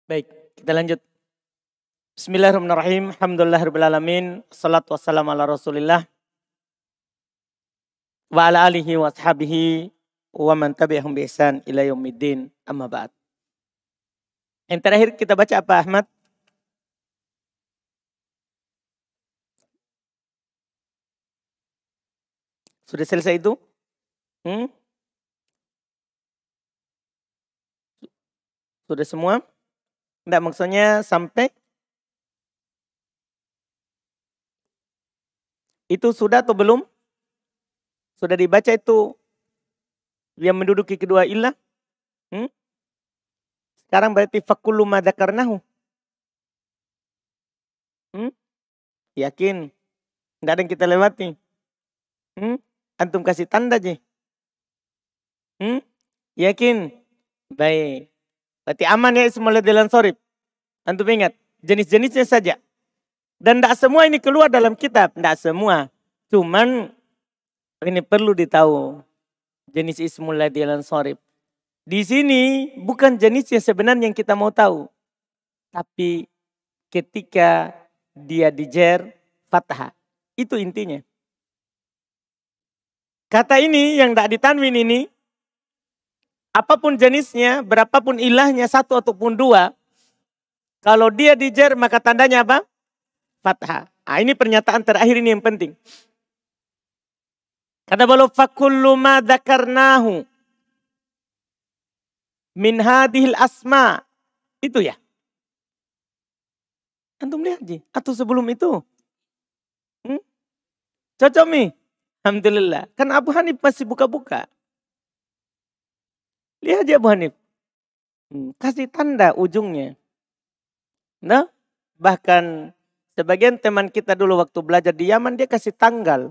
Baik, kita lanjut. Bismillahirrahmanirrahim. Alhamdulillahirrahmanirrahim. Salatu wassalamu ala rasulillah. Wa ala alihi wa ashabihi wa man tabi'ahum bi ihsan ila yaumiddin. Amma ba'd. Yang terakhir kita baca apa, Ahmad? Sudah selesai itu? Sudah semua? Enggak, maksudnya sampai? Itu sudah atau belum? Sudah dibaca itu yang menduduki kedua ilah? Sekarang berarti fakullu ma dzakarnahu. Yakin? Enggak ada yang kita lewati? Antum kasih tanda aja. Yakin? Baik. Berarti aman ya ismul ladzi sorib. Antum ingat, jenis-jenisnya saja. Dan tidak semua ini keluar dalam kitab. Tidak semua. Cuman ini perlu ditahu. Jenis ismul ladzi sorib. Di sini bukan jenis yang sebenarnya yang kita mau tahu. Tapi ketika dia dijer fathah. Itu intinya. Kata ini yang tidak ditanwin ini. Apapun jenisnya, berapapun ilahnya, satu ataupun dua. Kalau dia dijer maka tandanya apa? Fathah. Nah, ini pernyataan terakhir ini yang penting. Kata beliau fakullu ma dzakarnahu min hadhil asma. Itu ya. Antum lihat ji. Atau sebelum itu. Cocok nih. Alhamdulillah. Kan Abu Hanif masih buka-buka. Lihat aja Abu Hanif. Kasih tanda ujungnya. Nah, bahkan sebagian teman kita dulu waktu belajar di Yaman dia kasih tanggal.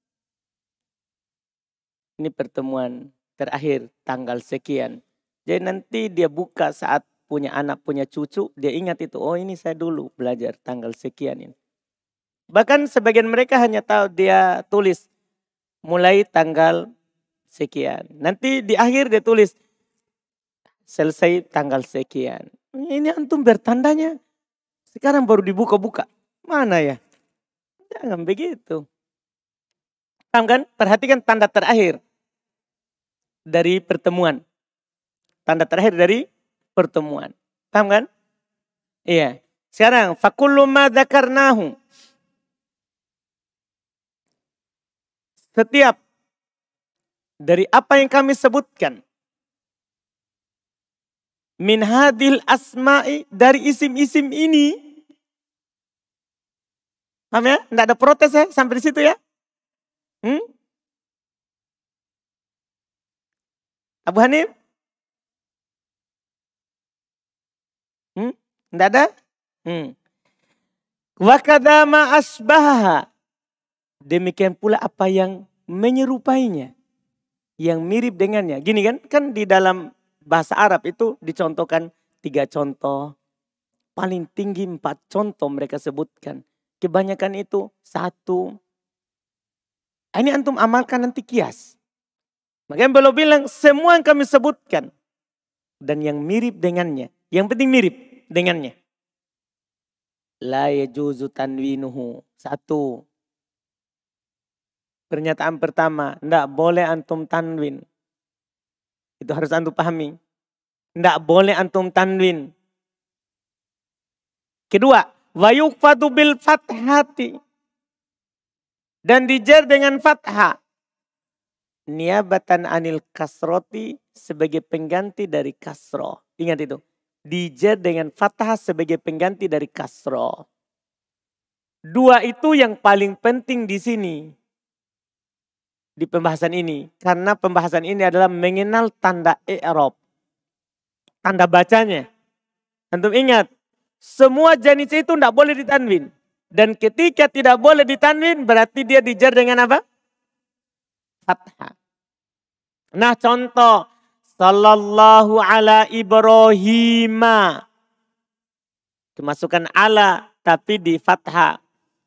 Ini pertemuan terakhir tanggal sekian. Jadi nanti dia buka saat punya anak, punya cucu. Dia ingat itu. Oh ini saya dulu belajar tanggal sekian ini. Bahkan sebagian mereka hanya tahu dia tulis mulai tanggal sekian. Nanti di akhir dia tulis selesai tanggal sekian. Ini antum bertandanya. Sekarang baru dibuka-buka. Mana ya? Jangan begitu. Paham kan? Perhatikan tanda terakhir dari pertemuan. Tanda terakhir dari pertemuan. Paham kan? Iya. Sekarang fakullu ma dzakarnahu. Setiap dari apa yang kami sebutkan. Min hadil asma'i, dari isim-isim ini. Paham ya? Tidak ada protes ya sampai di situ ya. Abu Hanif? Tidak ada? Wa kadza ma asbahaha. Demikian pula apa yang menyerupainya. Yang mirip dengannya. Gini kan? Kan di dalam bahasa Arab itu dicontohkan 3 contoh. Paling tinggi 4 contoh mereka sebutkan. Kebanyakan itu 1. Ini antum amalkan nanti kias. Makanya beliau bilang semua yang kami sebutkan. Dan yang mirip dengannya. Yang penting mirip dengannya. La yajuzu tanwinuhu. 1. Pernyataan pertama, tidak boleh antum tanwin. Itu harus antum pahami. Tidak boleh antum tanwin. Kedua, wa yuqfadu bil fathati. Dan dijer dengan fathah. Niabatan anil kasroti sebagai pengganti dari kasroh. Ingat itu. Dijer dengan fathah sebagai pengganti dari kasroh. 2 itu yang paling penting di sini. Di pembahasan ini. Karena pembahasan ini adalah mengenal tanda i'rab. Tanda bacanya. Antum ingat. Semua jenis itu tidak boleh ditanwin. Dan ketika tidak boleh ditanwin berarti dia dijar dengan apa? Fathah. Nah contoh. Sallallahu ala Ibrahima. Kemasukan ala tapi di fathah.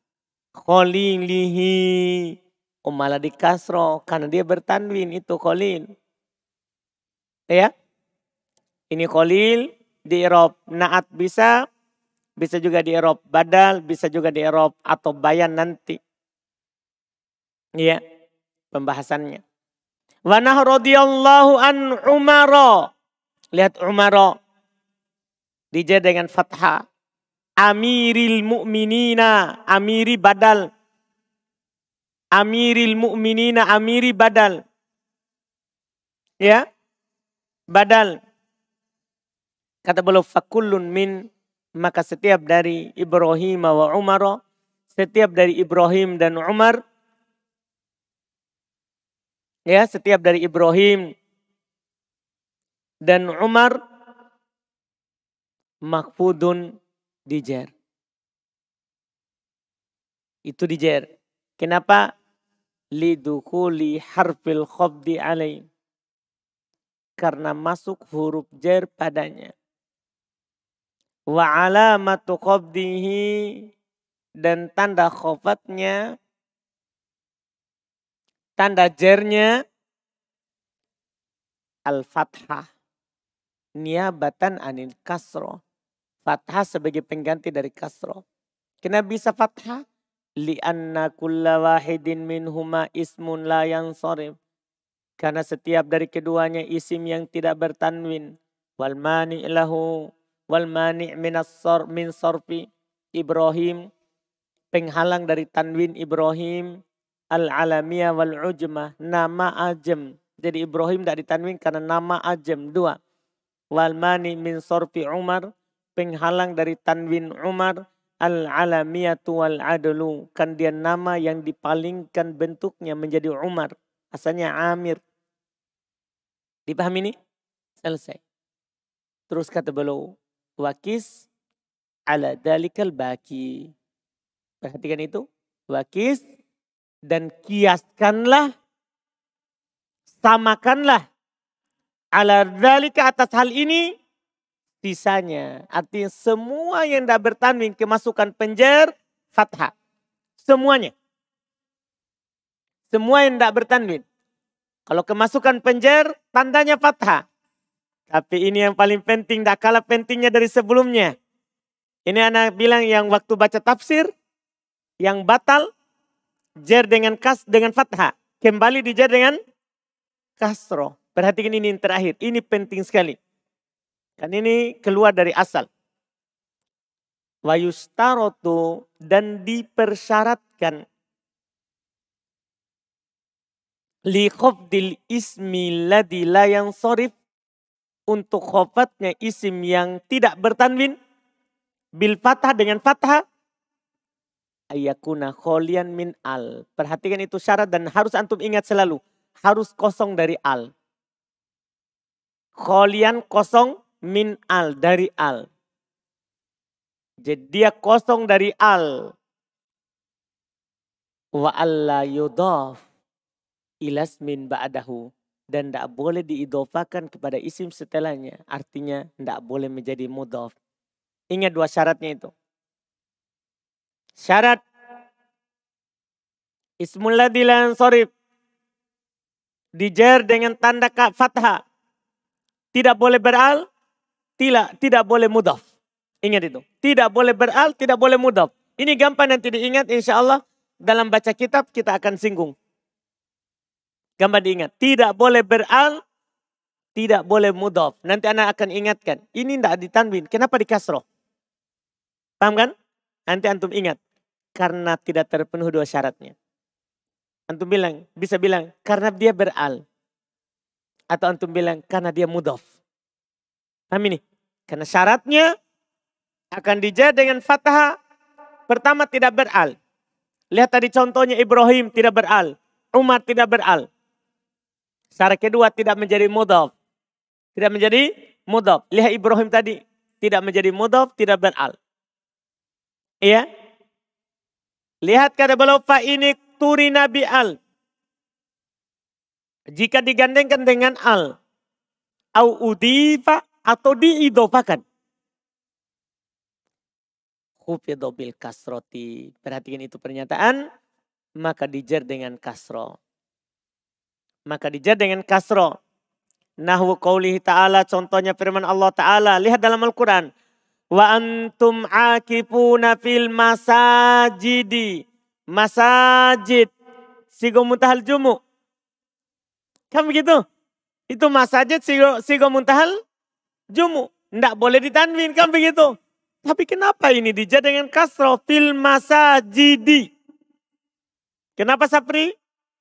Khalilihi. Malah di kasroh karena dia bertanwin itu khalil. Ya. Ini khalil di i'rab naat bisa juga di i'rab badal, bisa juga di i'rab atau bayan nanti. Iya, pembahasannya. Wa nah radhiyallahu an Umar. Lihat Umar dijer dengan fathah. Amiril mu'minina, amiri badal. Amiril mu'minina, amiri badal. Ya, badal. Kata beliau fakullun min, maka setiap dari Ibrahim wa Umar, setiap dari Ibrahim dan Umar, ya, setiap dari Ibrahim dan Umar makfudun dijer. Itu dijer. Kenapa? Lidukhuli harfil khobdi alaih. Karena masuk huruf jer padanya. Wa alamatu khobdihi, dan tanda khofatnya, tanda jernya al-fathah. Niabatan anil kasro. Fathah sebagai pengganti dari kasro. Kenapa bisa fathah? Lianna kulla wahidin minhuma ismun la yansarif. Karena setiap dari keduanya isim yang tidak bertanwin. Wal mani' lahu wal mani' min sarfi Ibrahim. Penghalang dari tanwin Ibrahim. Al-alamiyah wal ujmah. Nama ajem. Jadi Ibrahim tidak ditanwin karena nama ajem. 2. Wal mani' min sarfi Umar. Penghalang dari tanwin Umar. Al-alamiyatu wal adlu. Kan dia nama yang dipalingkan bentuknya menjadi Umar. Asalnya Amir. Dipahami ini? Selesai. Terus kata beliau. Wakis ala dalikal baki. Perhatikan itu. Wakis dan kiaskanlah. Samakanlah. Ala dalika atas hal ini. Sisanya. Artinya semua yang tidak bertanwin kemasukan penjer. Fathah. Semuanya. Semua yang tidak bertanwin. Kalau kemasukan penjer, tandanya fathah. Tapi ini yang paling penting, tidak kalah pentingnya dari sebelumnya. Ini anak bilang yang waktu baca tafsir, yang batal, jer dengan dengan fathah. Kembali dijer dengan kasro. Perhatikan ini yang terakhir, ini penting sekali. Kan ini keluar dari asal. Wa yustarotu, dan dipersyaratkan. Li khofdil ismi ladhi la yansarif, untuk khofatnya isim yang tidak bertanwin bil fathah dengan fathah ayakuna kholian min al. Perhatikan itu syarat dan harus antum ingat selalu, harus kosong dari al. Kholian kosong, min al dari al. Jadi dia kosong dari al. Wa alla yudhaf ilas min ba'dahu, dan tidak boleh diidofakan kepada isim setelahnya. Artinya tidak boleh menjadi mudhaf. Ingat 2 syaratnya itu. Syarat ismul ladzi la yansarif, dijer dengan tanda fathah. Tidak boleh beral, tidak boleh mudhaf. Ingat itu. Tidak boleh beral, tidak boleh mudhaf. Ini gampang nanti diingat, insya Allah dalam baca kitab kita akan singgung. Gampang diingat. Tidak boleh beral, tidak boleh mudhaf. Nanti anak akan ingatkan. Ini tidak ditanwin. Kenapa di kasroh? Paham kan? Nanti antum ingat. Karena tidak terpenuhi 2 syaratnya. Antum bilang, bisa bilang karena dia beral. Atau antum bilang karena dia mudhaf. Paham ini? Karena syaratnya akan dijer dengan fathah. Pertama tidak beral. Lihat tadi contohnya Ibrahim tidak beral. Umar tidak beral. Syarat kedua tidak menjadi mudhaf. Tidak menjadi mudhaf. Lihat Ibrahim tadi. Tidak menjadi mudhaf, tidak beral. Iya. Lihat kata beliau fa ini turina bi al. Jika digandengkan dengan al. Au udifa atau diidofakan. Khufidho bil kasroti. Perhatikan itu pernyataan. Maka dijer dengan kasro. Maka dijer dengan kasro. Nahwu qaulihi ta'ala, contohnya firman Allah Ta'ala. Lihat dalam Al-Quran. Wa antum akifuna fil masajidi. Masajid. Sigo muntahal jumu. Kan begitu? Itu masajid sigo muntahal jumu. Tidak boleh ditanwin, kan begitu? Tapi kenapa ini dijad dengan kasroh fil masajidi? Kenapa Sapri?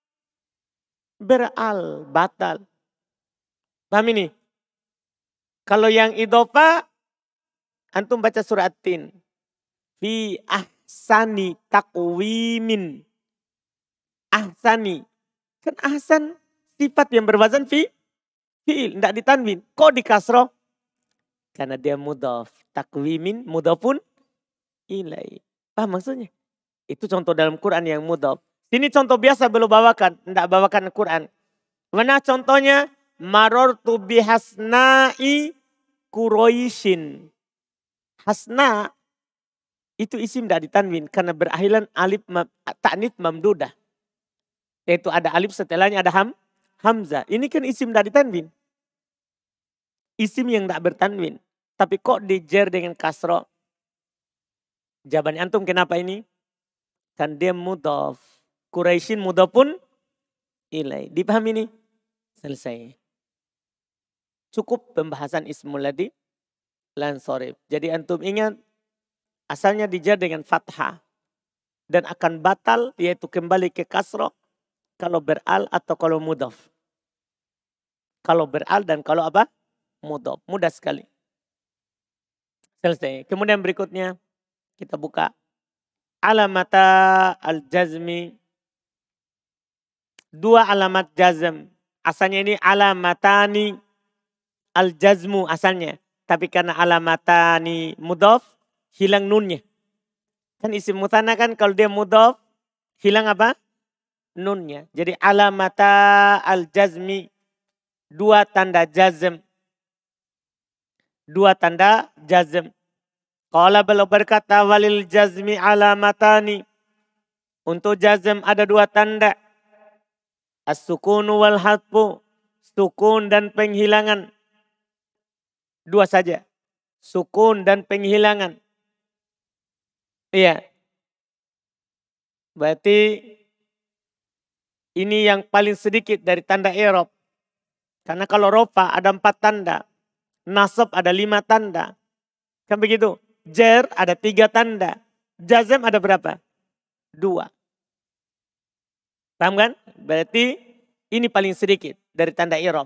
Beral, batal. Paham ini? Kalau yang idhofa, antum baca surat Tin. Fi ahsani takwimin. Ahsani. Kan ahsan sifat yang berwazan fi'il. Tidak ditanwin. Kok di kasroh? Karena dia mudhaf. Takwimin mudhafun ilai. Paham maksudnya? Itu contoh dalam Quran yang mudhaf. Ini contoh biasa belum bawakan. Tidak bawakan Quran. Mana contohnya? Marortu bihasna'i Quraisyin. Hasna itu isim tidak ditanwin. Karena berakhiran alif ta'nits mamdudah. Yaitu ada alif setelahnya ada hamzah. Ini kan isim tidak ditanwin. Isim yang tidak bertanwin. Tapi kok dijer dengan kasro? Jawabannya antum kenapa ini? Kan dia mudhaf. Quraisyin mudhafun ilai. Dipahami ini? Selesai. Cukup pembahasan ismul ladzi lan sorif. Jadi antum ingat asalnya dijer dengan fathah. Dan akan batal yaitu kembali ke kasro. Kalau beral atau kalau mudhaf. Kalau beral dan kalau apa? Mudhaf. Mudah sekali. Selesai. Kemudian berikutnya kita buka alamata al-jazmi. Dua alamat jazm. Asalnya ini alamatani al-jazmu asalnya. Tapi karena alamatani mudhaf hilang nunnya. Kan isim muthanna kan kalau dia mudhaf hilang apa? Nunnya. Jadi alamata al-jazmi. Dua tanda jazm. Dua tanda jazm. Qala beliau berkata walil jazmi alamatani. Untuk jazm ada dua tanda. As-sukunu wal hadfu. Sukun dan penghilangan. Dua saja. Sukun dan penghilangan. Iya. Berarti ini yang paling sedikit dari tanda i'rab. Karena kalau rofa ada 4 tanda. Nasab ada 5 tanda. Kan begitu? Jar ada 3 tanda. Jazm ada berapa? 2. Paham kan? Berarti ini paling sedikit dari tanda i'rab.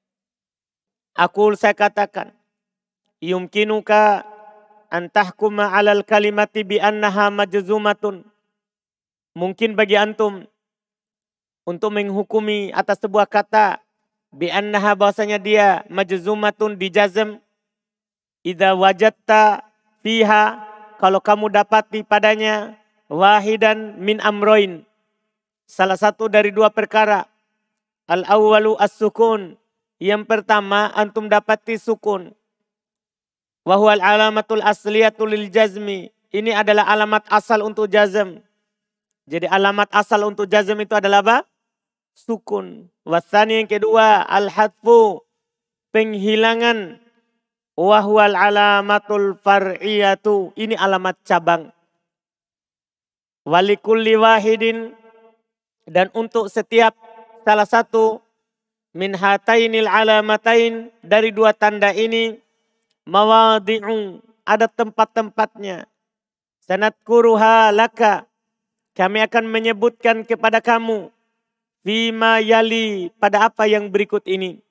Saya katakan. Yumkinuka antahkuma alal kalimati bi annaha majzumatun. Mungkin bagi antum untuk menghukumi atas sebuah kata bi annaha bahwasanya dia majzumatun dijazm idza wajadta fiha kalau kamu dapati padanya wahidan min amroin salah satu dari 2 perkara. Al awwalu as-sukun. Yang pertama antum dapati sukun. Wa huwa al alamatul asliyatu lil jazmi. Ini adalah alamat asal untuk jazm. Jadi alamat asal untuk jazm itu adalah apa? Sukun. Wasani yang kedua al-hadfu. Penghilangan. Wahwal alamatul far'iyatu. Ini alamat cabang. Walikulli wahidin. Dan untuk setiap salah satu. Min hatainil alamatain. Dari 2 tanda ini. Mawadi'u. Ada tempat-tempatnya. Sanadkuruha laka. Kami akan menyebutkan kepada kamu. Fima yali, pada apa yang berikut ini.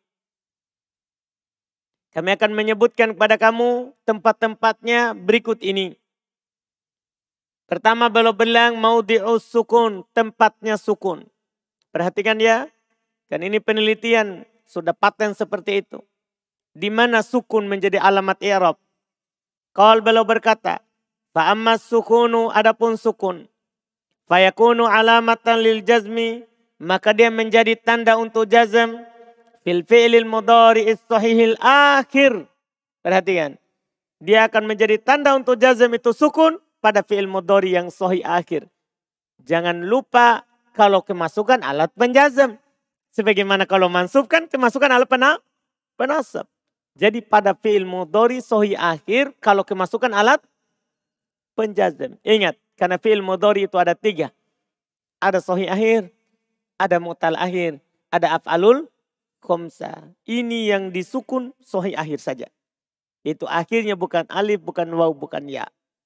Kami akan menyebutkan kepada kamu tempat-tempatnya berikut ini. Pertama beliau bilang maudhi'us sukun, tempatnya sukun. Perhatikan ya, kan ini penelitian sudah paten seperti itu. Di mana sukun menjadi alamat i'rab. Qaul beliau berkata, fa ammas sukunu adapun sukun, fayakunu alamatan lil jazmi. Maka dia menjadi tanda untuk jazm fil fi'lil mudhari'is sahihil akhir. Perhatikan. Dia akan menjadi tanda untuk jazm itu sukun pada fi'il mudhari yang sahih akhir. Jangan lupa kalau kemasukan alat penjazm. Sebagaimana kalau mansub kan kemasukan alat penasab. Jadi pada fi'il mudhari sahih akhir kalau kemasukan alat penjazm. Ingat, karena fi'il mudhari itu ada 3. Ada sahih akhir, ada mu'tal akhir, ada af'alul khamsah. Ini yang disukun sahih akhir saja. Itu akhirnya bukan alif, bukan waw, bukan ya.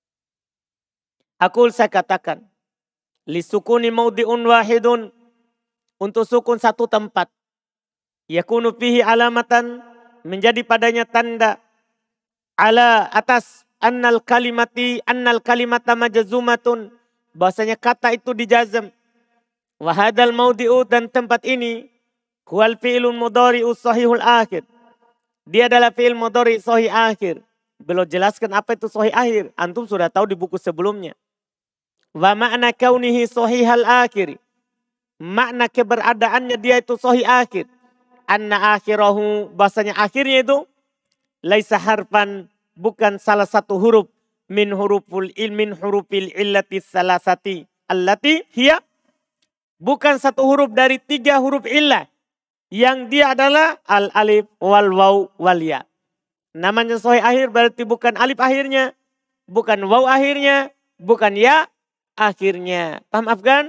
Saya katakan, lisukuni maudhi'un wahidun, untuk sukun satu tempat. Yakunu fihi alamatan, menjadi padanya tanda. Ala atas annal kalimata majzumatun, bahasanya kata itu dijazm. Wahadal maudhi'u, dan tempat ini huwal fi'lun mudhari'u sahihul akhir. Dia adalah fi'il mudhari sahih akhir. Belum jelaskan apa itu sahih akhir. Antum sudah tahu di buku sebelumnya. Wa makna kaunihi sahihal akhir. Makna keberadaannya dia itu sahih akhir. Anna akhirahu, bahasanya akhirnya itu laisa harfan, bukan salah satu huruf min hurufil illati salasati allati hiya, bukan satu huruf dari 3 huruf illah yang dia adalah al alif wal waw wal ya. Namanya sahih akhir berarti bukan alif akhirnya, bukan waw akhirnya, bukan ya akhirnya. Paham Afgan?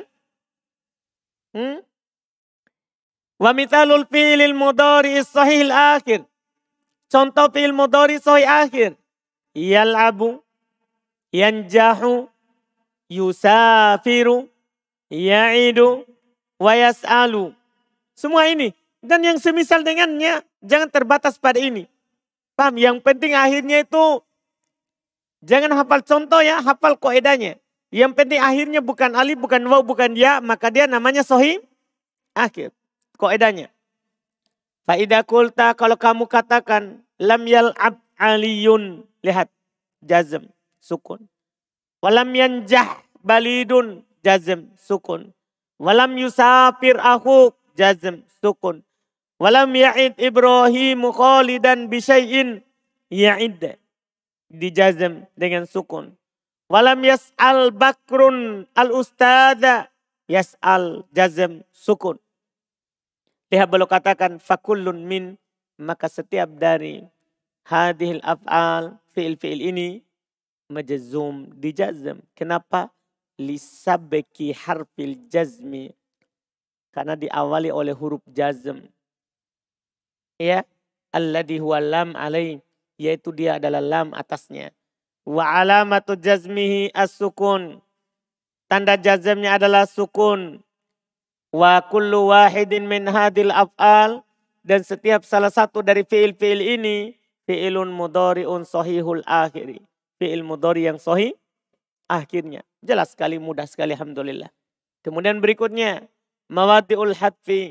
Wa mithalul fi'il mudhari sahih akhir. Contoh fi'il mudhari sahih akhir. Yal'abu, yanjahu, yusafiru, ya'idu, wa yas'alu. Semua ini. Dan yang semisal dengannya, jangan terbatas pada ini. Paham? Yang penting akhirnya itu, jangan hafal contoh ya, hafal kaidahnya. Yang penting akhirnya bukan alif, bukan waw, bukan ya, maka dia namanya sahih akhir. Kaidahnya. Faidah kulta, kalau kamu katakan, lam yal'ab aliyun, lihat, jazm, sukun. Walam yanjah balidun, jazm, sukun. Walam yusafir akhuk, jazm, sukun. Walam ya'id Ibrahim khalidan bisyai'in, ya'id, dijazm dengan sukun. Walam yas'al bakrun al-ustadha, yas'al, jazm, sukun. Lihat beliau katakan fakullun min, maka setiap dari hadhil af'al, fi'il ini majzum, dijazm. Kenapa? Lisabeki harfil jazmi, karena diawali oleh huruf jazm. Ya, alladhi huwa lam alaih, yaitu dia adalah lam atasnya. Wa alamatu jazmihi as-sukun, tanda jazmnya adalah sukun. Wa kullu wahidin min hadil af'al, dan setiap salah satu dari fi'il ini fi'ilun mudhari'un sahihul akhiri, fi'il mudhari yang sahih akhirnya. Jelas sekali, mudah sekali, alhamdulillah. Kemudian berikutnya mawadi'ul hadfi,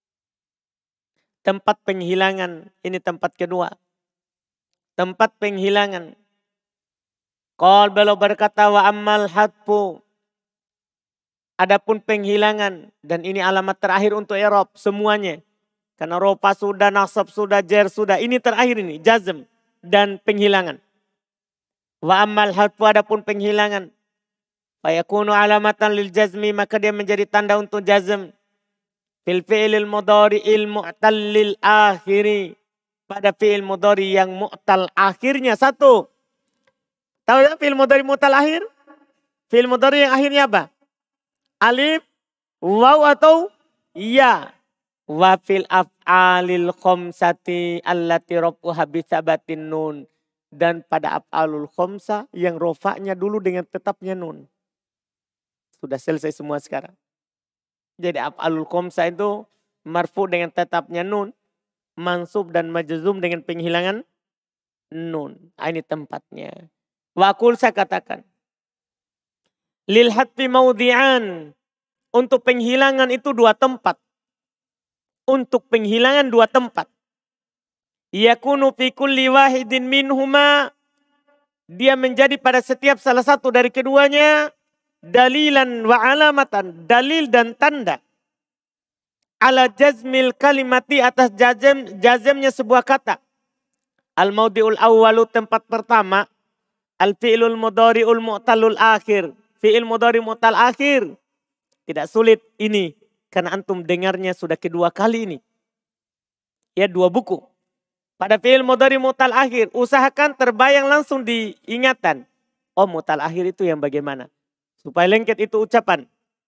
tempat penghilangan. Ini tempat kedua. Tempat penghilangan. Qal, beliau berkata, wa ammal hadfu, adapun penghilangan, dan ini alamat terakhir untuk i'rab semuanya. Karena rofa sudah, nasab sudah, jar sudah. Ini terakhir ini, jazm dan penghilangan. Wa ammal hadfu, adapun penghilangan. Fayakunu alamatan lil jazmi, maka dia menjadi tanda untuk jazm. Fil fi'il mudhari'il mu'tallil akhiri, pada fi'il mudhari yang mu'tal akhirnya satu. Tahu ya fi'il mudhari mu'tal akhir? Fi'il mudhari yang akhirnya apa? Alif, waw atau ya. Wa fil af'alil khamsati allati rafuha bisabatin nun, dan pada af'alul khamsah yang rofaknya dulu dengan tetapnya nun. Sudah selesai semua sekarang. Jadi af'alul khamsah itu marfu dengan tetapnya nun, mansub dan majzum dengan penghilangan nun. Ini tempatnya. Wa aqul, saya katakan, lil hadfi maudhi'an, untuk penghilangan itu 2 tempat. Untuk penghilangan 2 tempat. Yakunu fi kulli wahidin minhuma, dia menjadi pada setiap salah satu dari keduanya dalilan wa alamatan, dalil dan tanda. Ala jazmil kalimati, atas jazmnya sebuah kata. Al maudhi'ul awwalu, tempat pertama. Al fi'lul mudhari'ul mu'talul akhir, fi'il mudhari mu'tal akhir. Tidak sulit ini, karena antum dengarnya sudah kedua kali ini. Ya, 2 buku. Pada fi'il mudhari mutal akhir, usahakan terbayang langsung diingatan. Oh, mutal akhir itu yang bagaimana? Supaya lengket itu ucapan.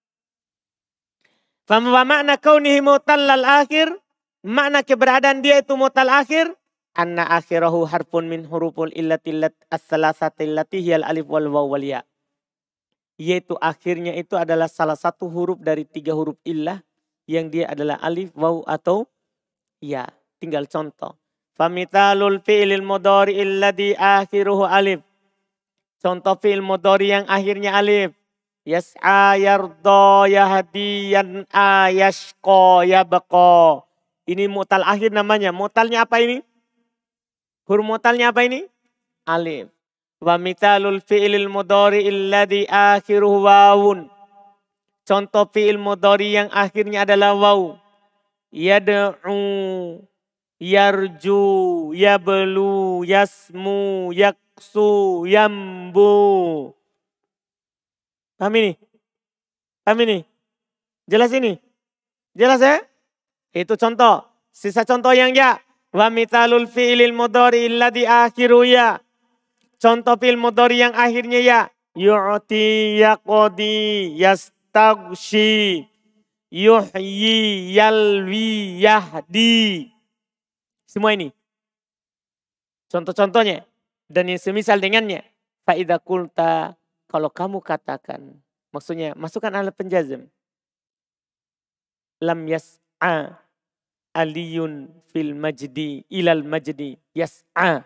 Fama makna kaunihi mutallal akhir, makna keberadaan dia itu mutal akhir, anna akhirahu harfun min huruful illatillat as-salasati allati hiyal alif wal waw wal ya. Yaitu akhirnya itu adalah salah satu huruf dari 3 huruf illah yang dia adalah alif, waw atau ya. Tinggal contoh. Famithalul fi'lil mudhari alladhi akhiruhu alif. Contoh fi'il mudhari yang akhirnya alif. Yas'a yarda yahdi yan'a yashqa yabqa. Ini mutal akhir namanya. Mutalnya apa ini? Huruf mutalnya apa ini? Alif. Wa mithalul fi'lil mudhari alladhi akhiruhu wawun. Contoh fi'il mudhari yang akhirnya adalah waw. Yad'u, yarju, yablu, yasmu, yaksu, yambu. Paham ini? Paham ini? Jelas ini? Jelas ya? Itu contoh. Sisa contoh yang ya. Wa mithalul fi'lil mudhari alladhi akhiru ya. Contoh fi'il mudhari yang akhirnya ya. Yu'ti, yaqdi, yastaghshi, yuhyi, yalwi, yahdi. Semua ini. Contoh-contohnya. Dan yang semisal dengannya. Fa'idha kulta. Kalau kamu katakan. Maksudnya masukkan alat penjazm. Lam yas'a aliyun fil majdi ilal majdi. Yas'a.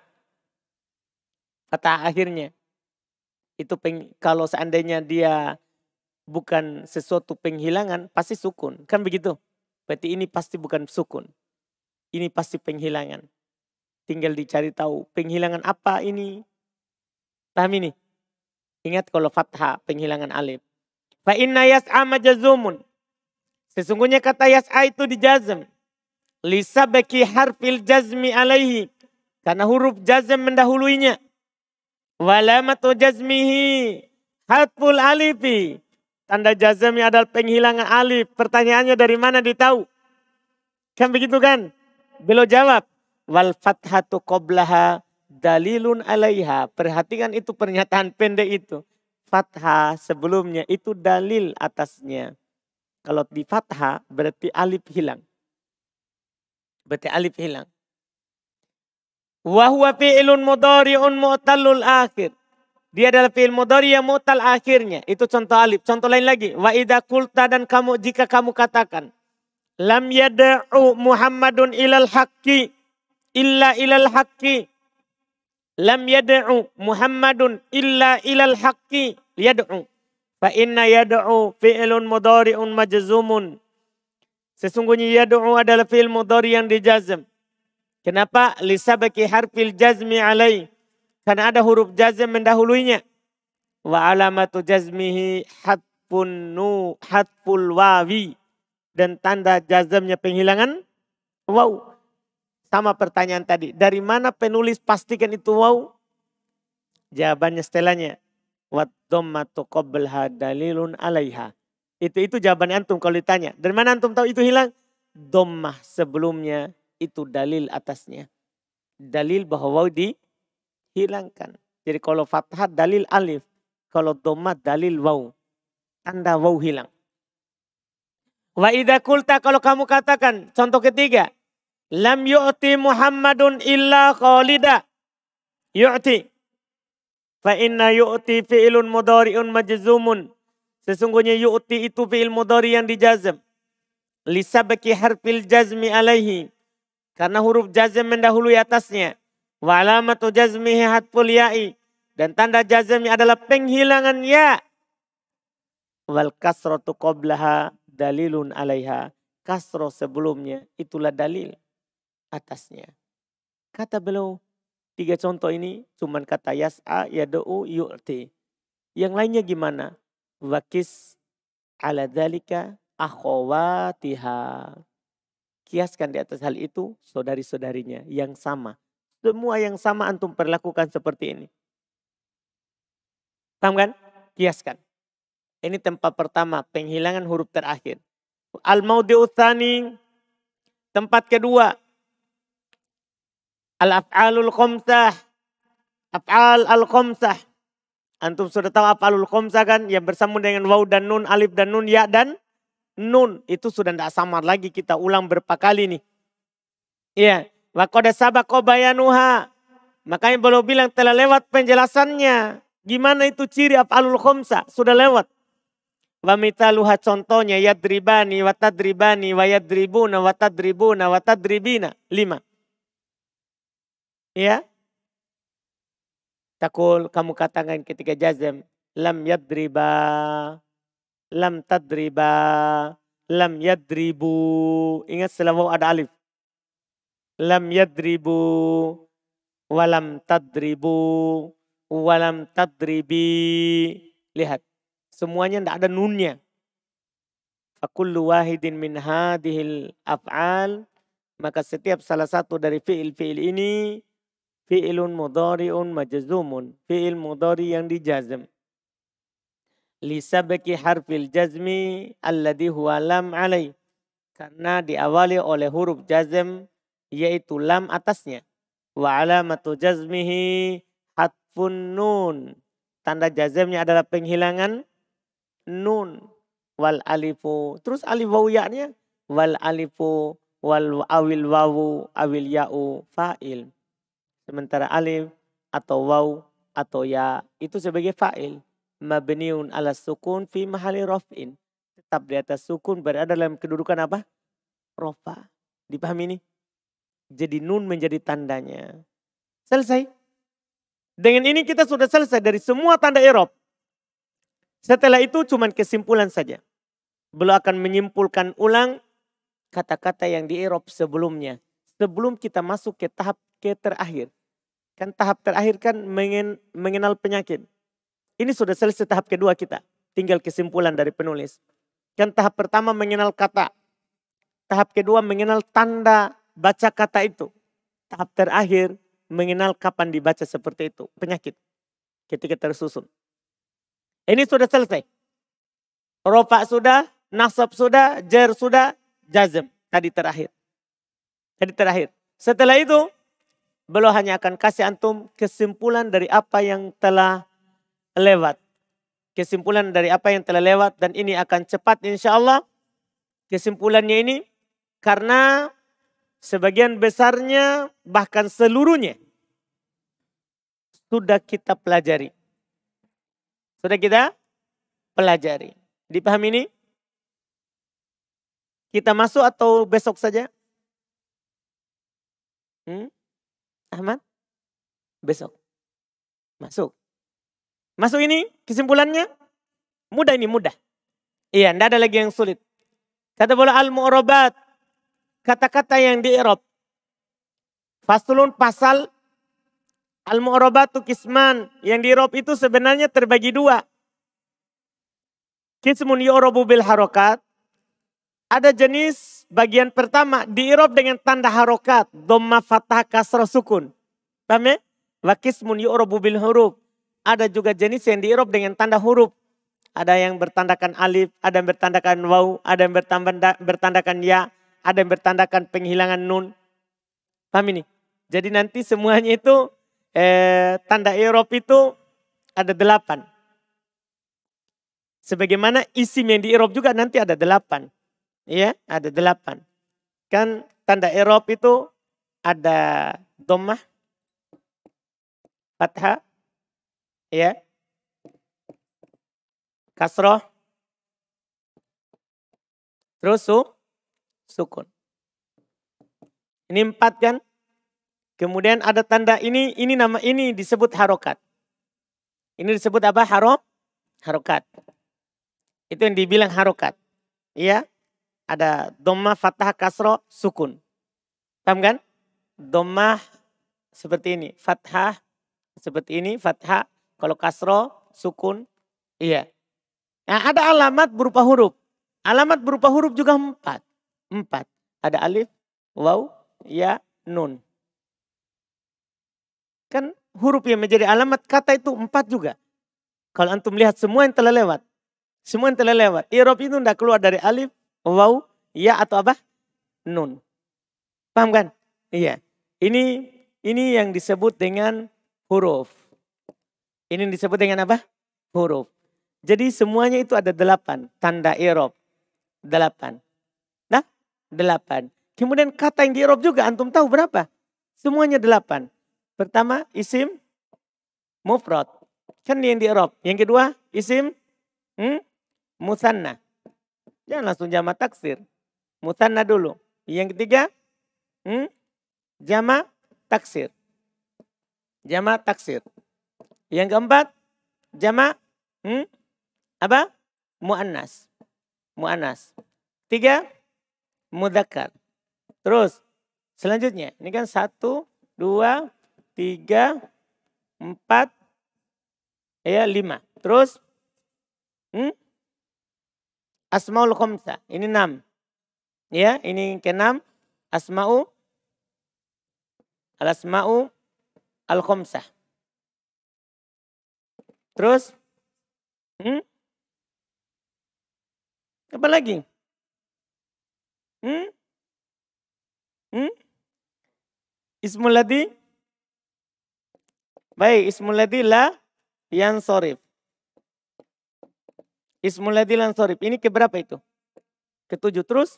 Kata akhirnya. Itu kalau seandainya dia bukan sesuatu penghilangan. Pasti sukun. Kan begitu. Berarti ini pasti bukan sukun. Ini pasti penghilangan. Tinggal dicari tahu penghilangan apa ini. Paham ini? Ingat kalau fathah penghilangan alif. Fa inna yas'a majazumun. Sesungguhnya kata yas'a itu dijazm. Lisabaki harfil jazmi alaihi. Karena huruf jazm mendahuluinya. Walamatu jazmihi hatful alifi. Tanda jazmnya adalah penghilangan alif. Pertanyaannya dari mana ditahu? Kan begitu kan? Beliau jawab. Wal fathatu qoblaha dalilun alaiha. Perhatikan itu pernyataan pendek itu. Fathah sebelumnya itu dalil atasnya. Kalau di fathah berarti alif hilang. Berarti alif hilang. Wa huwa fi'lun mudhari'un mu'tallul akhir. Dia adalah fi'il mudhari yang mu'tal akhirnya. Itu contoh alif. Contoh lain lagi. Wa idza qulta dan kamu jika kamu katakan. Lam yad'u Muhammadun ilal haqqi illa ilal haqqi. Lam yad'u Muhammadun illa ilal haqqi yad'u. Fa inna yad'u fi'lun mudhari'un majzumun. Sesungguhnya yad'u adalah fi'il mudhari yang dijazm. Kenapa? Lisabaki harfil jazmi alai. Karena ada huruf jazm mendahuluinya. Wa alamatu jazmihi hatful wawi. Dan tanda jazmnya penghilangan waw. Sama pertanyaan tadi. Dari mana penulis pastikan itu waw? Jawabannya setelahnya. Wat dhammatu qablaha dalilun alaiha. Itu jawaban antum kalau ditanya. Dari mana antum tahu itu hilang? Dhammah sebelumnya itu dalil atasnya. Dalil bahwa waw dihilangkan. Jadi kalau fathah dalil alif. Kalau dhammah dalil waw. Tanda waw hilang. Wa idza qulta kalau kamu katakan. Contoh ketiga. Lam yu'ti Muhammadun illa Khalida. Yu'ti. Fa inna yu'ti fi'ilun mudhari'un majzumun. Sesungguhnya yu'ti itu fi'il mudhari yang dijazm. Lisabaki harfil jazmi alaihi. Karena huruf jazm mendahului atasnya. Wa alamatu jazmihi hatful ya'i. Dan tanda jazmnya adalah penghilangan ya. Wal kasratu qablaha dalilun alaiha. Kasro sebelumnya itulah dalil atasnya. Kata beliau 3 contoh ini cuman kata yas'a, yad'u, yu'ti. Yang lainnya gimana? Wakis ala dzalika akhawatiha. Kiaskan di atas hal itu saudari-saudarinya yang sama. Semua yang sama antum perlakukan seperti ini. Paham kan? Kiaskan. Ini tempat pertama penghilangan huruf terakhir. Al-maudi'u tsani tempat kedua Al-af'alul khamsah. Af'al al-khamsah. Antum sudah tahu af'alul khamsah kan? Yang bersambung dengan waw dan nun, alif dan nun, ya dan nun. Itu sudah tidak samar lagi, kita ulang berapa kali nih. Iya. Wa qad sabaqa bayanuha. Makanya beliau bilang telah lewat penjelasannya. Gimana itu ciri af'alul khamsah? Sudah lewat. Wa mitaluha contohnya yadribani wa tadribani wa yadribuna wa tadribuna wa tadribina. 5. Ya. Takul kamu katakan ketika jazm. Lam yadriba. Lam tadriba. Lam yadribu. Ingat setelah waw ada alif. Lam yadribu. Walam tadribu. Walam tadribi. Lihat. Semuanya tidak ada nunnya. Fakullu wahidin min hadihil af'al. Maka setiap salah satu dari fi'il-fi'il ini. Fi'ilun mudhari'un majzumun. Fi'il mudhari yang dijazm. Lisabaki harfil jazmi alladhi huwa lam alaih. Karena diawali oleh huruf jazm. Yaitu lam atasnya. Wa alamatu jazmihi hatfun nun. Tanda jazmnya adalah penghilangan nun. Wal alifu. Terus alif wawu ya-nya. Wal alifu. Wal awil wawu. Awil ya'u. Fa'il. Sementara alif atau waw atau ya itu sebagai fa'il. Mabniun ala sukun fi mahali raf'in. Tetap di atas sukun berada dalam kedudukan apa? Rofa. Dipahami ini? Jadi nun menjadi tandanya. Selesai. Dengan ini kita sudah selesai dari semua tanda i'rab. Setelah itu cuma kesimpulan saja. Beliau akan menyimpulkan ulang kata-kata yang di i'rab sebelumnya. Sebelum kita masuk ke tahap terakhir. Kan tahap terakhir kan mengenal penyakit. Ini sudah selesai tahap kedua kita. Tinggal kesimpulan dari penulis. Kan tahap pertama mengenal kata. Tahap kedua mengenal tanda baca kata itu. Tahap terakhir mengenal kapan dibaca seperti itu. Penyakit. Ketika tersusun. Ini sudah selesai. Rofa sudah, nasab sudah, jar sudah, jazm. Tadi terakhir. Setelah itu, beliau hanya akan kasih antum kesimpulan dari apa yang telah lewat. Kesimpulan dari apa yang telah lewat dan ini akan cepat insya Allah. Kesimpulannya ini karena sebagian besarnya bahkan seluruhnya sudah kita pelajari. Dipahami ini? Kita masuk atau besok saja? Ahmad? Besok. Masuk ini kesimpulannya? Mudah ini, mudah. Iya, tidak ada lagi yang sulit. Kata bola al-mu'robat. Kata-kata yang di-i'rab. Faslun pasal. Al-mu'robatu kisman. Yang di-i'rab itu sebenarnya terbagi dua. Kismun yu'rabu bil harokat. Ada jenis bagian pertama di-i'rab dengan tanda harokat. Dhamma fathah kasrah sukun. Paham ya? Wa kismun yu'rabu bil huruf. Ada juga jenis yang di-i'rab dengan tanda huruf. Ada yang bertandakan alif, ada yang bertandakan waw, ada yang bertandakan ya, ada yang bertandakan penghilangan nun. Paham ini? Jadi nanti semuanya itu tanda i'rab itu ada 8. Sebagaimana isim yang di-i'rab juga nanti ada 8. Ya, ada 8. Kan tanda i'rab itu ada dhammah, fathah, ya, kasroh, terus sukun. Ini 4 kan? Kemudian ada tanda ini nama ini disebut harokat. Ini disebut apa? Harokat. Itu yang dibilang harokat. Iya. Ada dhammah, fathah, kasroh, sukun. Paham kan? Dhammah seperti ini. Fathah seperti ini. Fathah. Kalau kasroh, sukun. Iya. Nah, ada alamat berupa huruf. Alamat berupa huruf juga 4. Ada alif, waw, ya, nun. Kan huruf yang menjadi alamat kata itu 4 juga. Kalau antum lihat semua yang telah lewat. I'rab itu tidak keluar dari alif, waw, ya atau apa? Nun. Paham kan? Iya. Ini Ini yang disebut dengan huruf. Ini disebut dengan apa? Huruf. Jadi semuanya itu ada 8. Tanda i'rab. 8. Nah, 8. Kemudian kata yang di i'rab juga antum tahu berapa? Semuanya 8. Pertama isim mufrad. Kan yang di i'rab. Yang kedua isim musanna. Jangan langsung jamak taksir. Musanna dulu. Yang ketiga jamak taksir. Jamak taksir. Yang keempat jamak apa? Muannas. Muannas. 3 mudzakkar. Terus selanjutnya ini kan 1, 2, 3, 4, 5. Terus asmaul khamsah. Ini 6. Ya, ini ke-6 al-asma'u al-khamsah. Terus apa lagi? Ismul ladzi. Baik, ismul ladzi la yansharif. Ismul ladzi la yansharif. Ini keberapa itu? Ke-7. Terus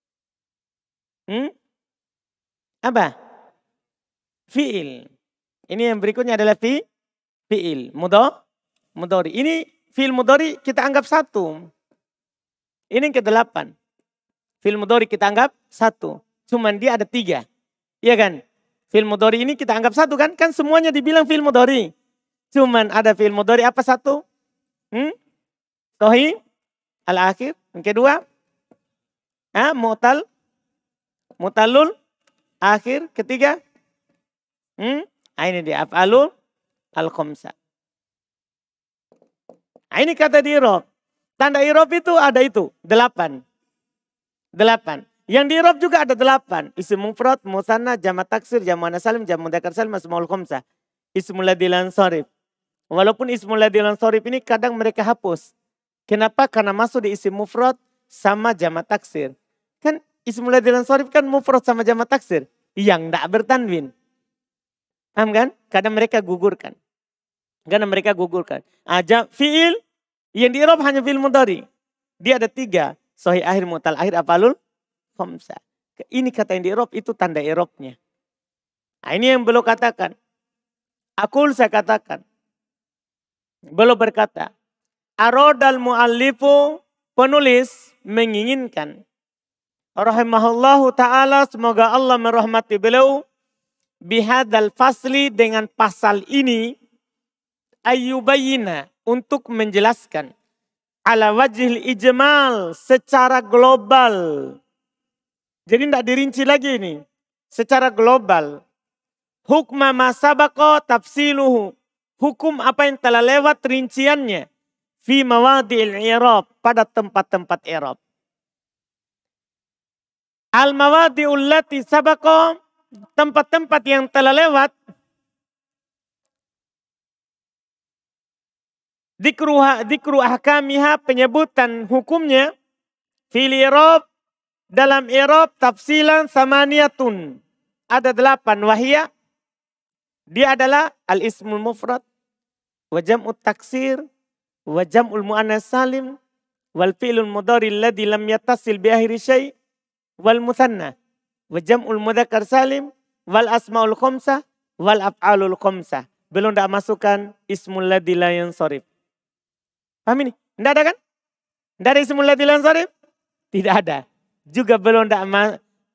apa? Fi'il. Ini yang berikutnya adalah fi'il. Mudhari. Ini fi'il mudhari kita anggap 1. Ini yang ke-8. Fi'il mudhari kita anggap 1. Cuman dia ada 3. Iya kan? Fi'il mudhari ini kita anggap 1 kan? Kan semuanya dibilang fi'il mudhari. Cuman ada fi'il mudhari apa 1? Sahih al-akhir. Yang kedua mutalul akhir. Ketiga ini dia af'alul al-khamsah. Ini kata di i'rab. Tanda i'rab itu ada itu 8. Yang di i'rab juga ada 8. Isim mufrad, musanna, jamak taksir, jamak muannas salim, jamak mudzakkar salim, asmaul khamsah. Ismul ladzi la yansharif. Walaupun ismul ladzi la yansharif ini kadang mereka hapus. Kenapa? Karena masuk di isim mufrad sama jamak taksir. Kan ismul ladzi la yansharif kan mufrad sama jamak taksir yang tidak bertanwin. Paham kan? Kadang mereka gugurkan. Fi'il yang di i'rab hanya fi'il mudhari. Dia ada 3. Sahih akhir, mutal akhir, af'alul khamsah. Ini kata yang di i'rab itu tanda i'rabnya. Nah, ini yang beliau katakan. Saya katakan. Beliau berkata. Aradal mu'allifu, penulis menginginkan. Rahimahullahu ta'ala, semoga Allah merahmati beliau. Bihadal fasli, dengan pasal ini. Ayyubayina, untuk menjelaskan. Ala wajhil ijmal, secara global. Jadi tidak dirinci lagi ini. Secara global. Hukma ma sabaqa tafsiluhu. Hukum apa yang telah lewat rinciannya. Fi mawadi'il i'rab, pada tempat-tempat i'rab. Al mawadi'ul lati sabaqa, tempat-tempat yang telah lewat. Dikru ahkamiha, penyebutan hukumnya. Fil i'rab, dalam i'rab tafsilan samaniyatun. Ada 8 wahia. Dia adalah al-ismul mufrad, wa jam'ut taksir, wa jam'ul muannas salim, wal fi'lul mudhari alladhi lam yattasil bi akhiri syai', wal musanna, wa jam'ul mudzakkar salim, wal asmaul khamsah, wal af'alul khamsah. Belum tidak masukkan ismul ladzi la yansharif. Paham ini? Tidak ada kan? Tidak ada ismul ladzi la yansharif? Tidak ada. Juga belum tidak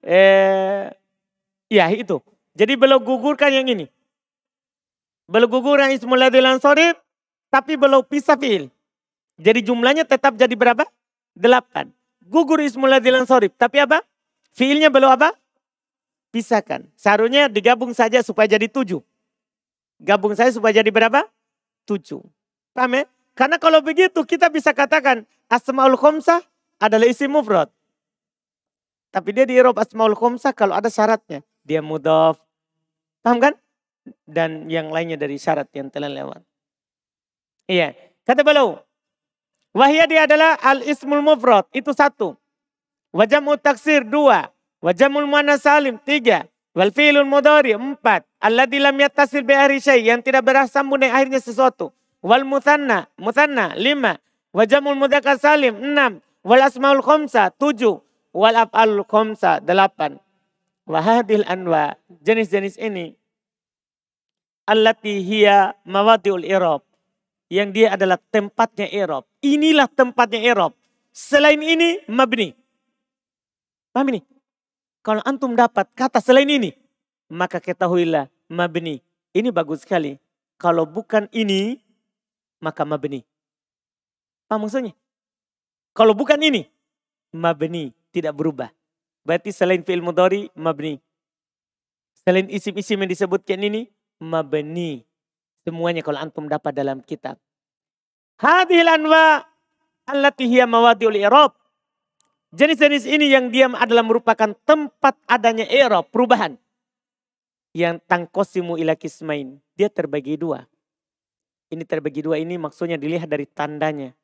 ya itu. Jadi belum gugurkan yang ini. Belum gugurkan ismul ladzi la yansharif, tapi belum pisah fi'il. Jadi jumlahnya tetap jadi berapa? 8. Gugur ismul ladzi la yansharif, tapi apa? Fi'ilnya belum apa? Pisahkan. Seharusnya digabung saja supaya jadi 7. Gabung saja supaya jadi berapa? 7. Paham ya? Karena kalau begitu kita bisa katakan asmaul khamsah adalah isim mufrad. Tapi dia di i'rab asmaul khamsah kalau ada syaratnya. Dia mudhaf. Paham kan? Dan yang lainnya dari syarat yang telah lewat. Iya. Kata beliau. Wahya dia adalah al-ismul mufrad. Itu 1. Wa jam'ut taksir 2. Wa jam'ul muannas salim 3. Wal fi'lul mudhari 4. Alladzi lam yattasil bi akhiri syai, yang tidak bersambung dengan akhirnya sesuatu. Wal mutsanna 5. Wa jamul mudzakkar salim 6. Wal asmaul khamsa 7. Wal af'alul khamsa 8. Wa hadhil anwa, jenis-jenis ini allati hiya mawadi'ul i'rab, yang dia adalah tempatnya i'rab. Inilah tempatnya i'rab. Selain ini mabni. Paham ini? Kalau antum dapat kata selain ini, maka ketahuilah mabni. Ini bagus sekali. Kalau bukan ini, maka mabni. Paham maksudnya? Kalau bukan ini, mabni, tidak berubah. Berarti selain fi'il mudhari, mabni. Selain isim-isim yang disebutkan ini, mabni. Semuanya kalau antum dapat dalam kitab. Hadhil anwa allati hiya mawadi'ul i'rab. Jenis-jenis ini yang dia adalah merupakan tempat adanya i'rab, perubahan. Yang tangkosimu ila kismain. Dia terbagi dua. Ini terbagi dua ini maksudnya dilihat dari tandanya.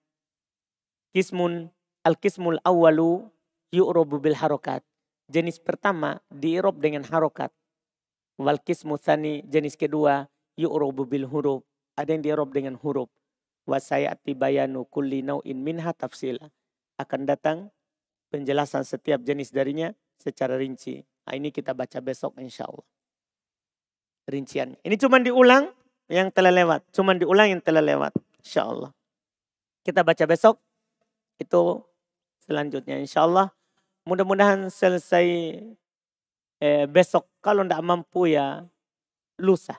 Al-kismul awwalu yu'rabu bil harokat. Jenis pertama di-i'rab dengan harokat. Wal kismu tsani, jenis kedua yu'rabu bil huruf. Ada yang di-i'rab dengan huruf. Wa sayati bayanu kulli nau'in minha tafsila. Akan datang penjelasan setiap jenis darinya secara rinci. Nah, ini kita baca besok insya Allah. Rinciannya. Ini cuma diulang yang telah lewat. Cuma diulang yang telah lewat. Insya Allah. Kita baca besok. Itu selanjutnya insya Allah. Mudah-mudahan selesai besok. Kalau tidak mampu ya lusa.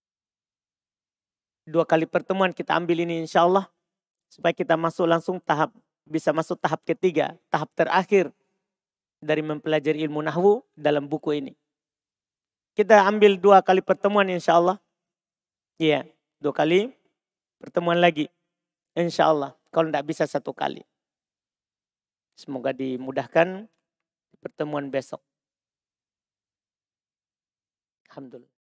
2 kali pertemuan kita ambil ini insya Allah. Supaya kita masuk langsung bisa masuk tahap ketiga, tahap terakhir dari mempelajari ilmu nahwu dalam buku ini. Kita ambil 2 kali pertemuan insya Allah. Iya, 2 kali pertemuan lagi. Insya Allah, kalau tidak bisa 1 kali. Semoga dimudahkan pertemuan besok. Alhamdulillah.